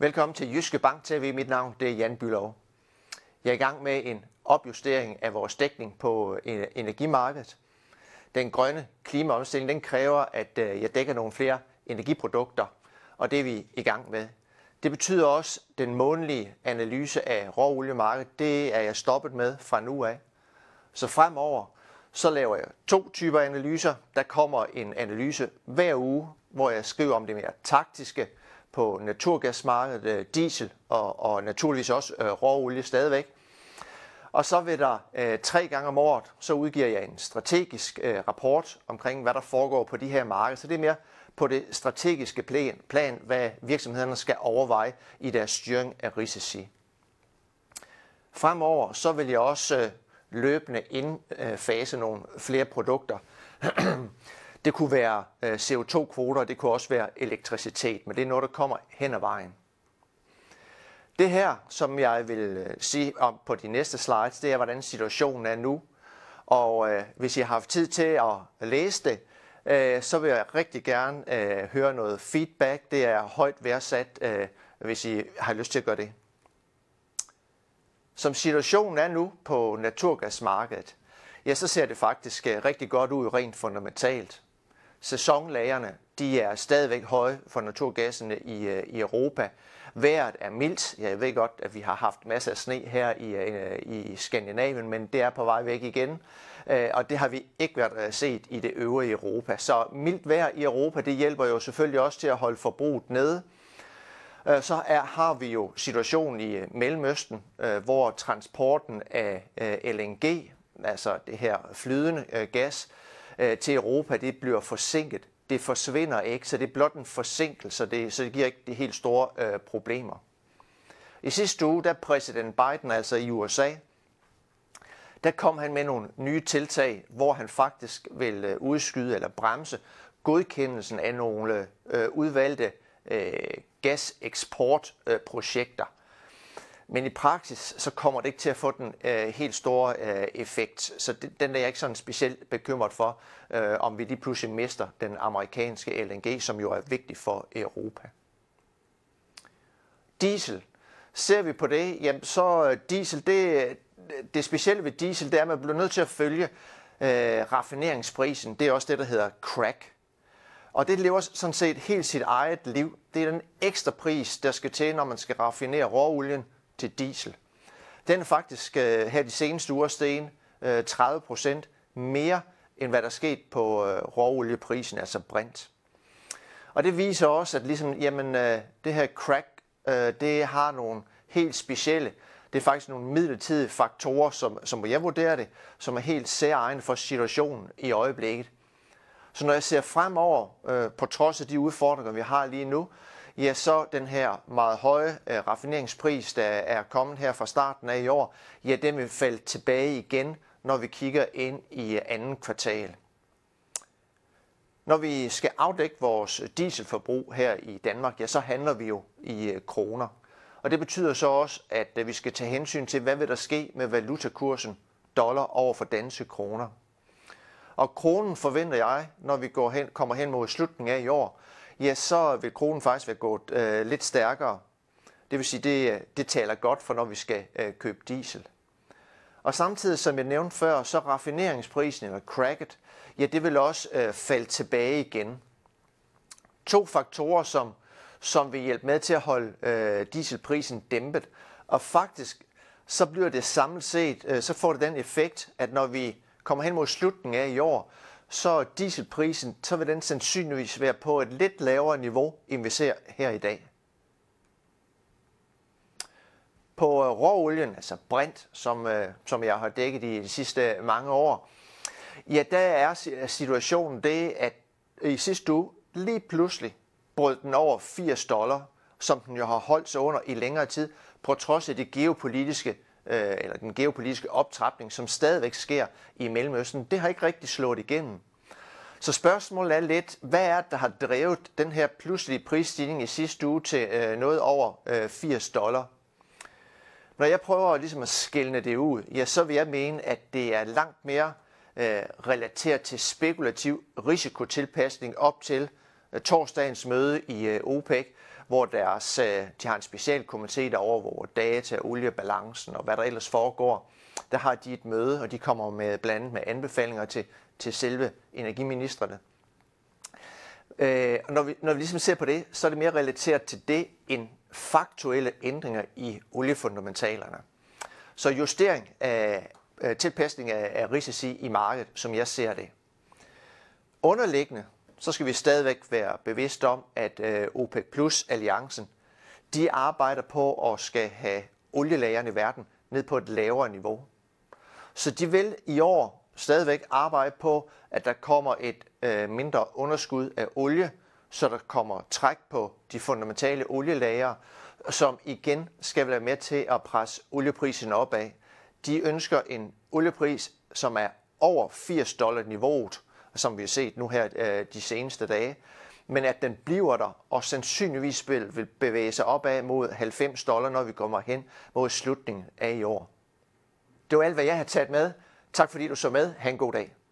Velkommen til Jyske Bank TV. Mit navn det er Jan Bülow. Jeg er i gang med en opjustering af vores dækning på energimarkedet. Den grønne klimaomstilling den kræver, at jeg dækker nogle flere energiprodukter, og det er vi i gang med. Det betyder også, at den månedlige analyse af råoliemarkedet, det er jeg stoppet med fra nu af. Så fremover så laver jeg 2 typer analyser. Der kommer en analyse hver uge, hvor jeg skriver om det mere taktiske på naturgasmarkedet, diesel og naturligvis også råolie stadigvæk. Og så vil der 3 gange om året, så udgiver jeg en strategisk rapport omkring, hvad der foregår på de her markeder. Så det er mere på det strategiske plan, hvad virksomhederne skal overveje i deres styring af risici. Fremover så vil jeg også løbende indfase nogle flere produkter. Det kunne være CO2-kvoter, det kunne også være elektricitet, men det er noget, der kommer hen ad vejen. Det her, som jeg vil sige om på de næste slides, det er, hvordan situationen er nu. Og hvis I har haft tid til at læse det, så vil jeg rigtig gerne høre noget feedback. Det er højt værdsat, hvis I har lyst til at gøre det. Som situationen er nu på naturgasmarkedet, ja, så ser det faktisk rigtig godt ud rent fundamentalt. Sæsonlagerne, de er stadigvæk høje for naturgassene i Europa. Vejret er mildt. Jeg ved godt, at vi har haft masser af sne her i Skandinavien, men det er på vej væk igen. Og det har vi ikke været set i det øvrige Europa. Så mildt vejr i Europa, det hjælper jo selvfølgelig også til at holde forbruget nede. Så har vi jo situationen i Mellemøsten, hvor transporten af LNG, altså det her flydende gas, til Europa, det bliver forsinket. Det forsvinder ikke, så det er blot en forsinkelse, så det giver ikke de helt store problemer. I sidste uge, der præsident Biden, altså i USA, der kom han med nogle nye tiltag, hvor han faktisk vil udskyde eller bremse godkendelsen af nogle udvalgte gaseksportprojekter. Men i praksis så kommer det ikke til at få den helt store effekt. Så den er jeg ikke sådan specielt bekymret for, om vi lige pludselig mister den amerikanske LNG, som jo er vigtig for Europa. Diesel. Ser vi på det, jamen så diesel, det specielle ved diesel, det er, at man bliver nødt til at følge raffineringsprisen. Det er også det, der hedder crack. Og det lever sådan set helt sit eget liv. Det er den ekstra pris, der skal til, når man skal raffinere råolien til diesel. Den er faktisk her de seneste uger steget 30% mere, end hvad der skete på råolieprisen, altså Brent. Og det viser også, at ligesom, jamen, det her crack, det har nogle helt specielle, det er faktisk nogle midlertidige faktorer, som jeg vurderer det, som er helt særegne for situationen i øjeblikket. Så når jeg ser fremover, på trods af de udfordringer, vi har lige nu, ja, så den her meget høje raffineringspris, der er kommet her fra starten af i år, ja, den vil falde tilbage igen, når vi kigger ind i andet kvartal. Når vi skal afdække vores dieselforbrug her i Danmark, ja, så handler vi jo i kroner. Og det betyder så også, at vi skal tage hensyn til, hvad vil der ske med valutakursen dollar over for danske kroner. Og kronen forventer jeg, når vi kommer hen mod slutningen af i år, ja, så vil kronen faktisk være gået lidt stærkere. Det vil sige, det taler godt for, når vi skal købe diesel. Og samtidig, som jeg nævnte før, så raffineringsprisen eller cracket, ja, det vil også falde tilbage igen. 2 faktorer, som vil hjælpe med til at holde dieselprisen dæmpet. Og faktisk, så bliver det samlet set, så får det den effekt, at når vi kommer hen mod slutningen af i år, så dieselprisen, så vil den sandsynligvis være på et lidt lavere niveau, end vi ser her i dag. På råolien, altså Brent, som jeg har dækket i de sidste mange år, ja, der er situationen det, at i sidste uge lige pludselig brød den over $80, som den jo har holdt sig under i længere tid, på trods af den geopolitiske optrapning, som stadigvæk sker i Mellemøsten. Det har ikke rigtig slået igennem. Så spørgsmålet er lidt, hvad er det, der har drevet den her pludselige prisstigning i sidste uge til noget over $80? Når jeg prøver ligesom at skelne det ud, ja, så vil jeg mene, at det er langt mere relateret til spekulativ risikotilpasning op til torsdagens møde i OPEC, hvor de har en special komité, der overvåger data, oliebalancen og hvad der ellers foregår. Der har de et møde, og de kommer med blandt andet med anbefalinger til selve energiministerne. Og når vi ligesom ser på det, så er det mere relateret til det end faktuelle ændringer i oliefundamentalerne. Så justering af tilpasning af risici i markedet, som jeg ser det. Underliggende, så skal vi stadigvæk være bevidste om, at OPEC Plus alliancen, de arbejder på at skal have olielagerne i verden ned på et lavere niveau. Så de vil i år stadigvæk arbejde på, at der kommer et mindre underskud af olie, så der kommer træk på de fundamentale olielagre, som igen skal være med til at presse olieprisen opad. De ønsker en oliepris, som er over $80 niveauet, som vi har set nu her de seneste dage, men at den bliver der og sandsynligvis vil bevæge sig opad mod $90, når vi kommer hen mod slutningen af i år. Det var alt, hvad jeg har taget med. Tak fordi du så med. Ha' en god dag.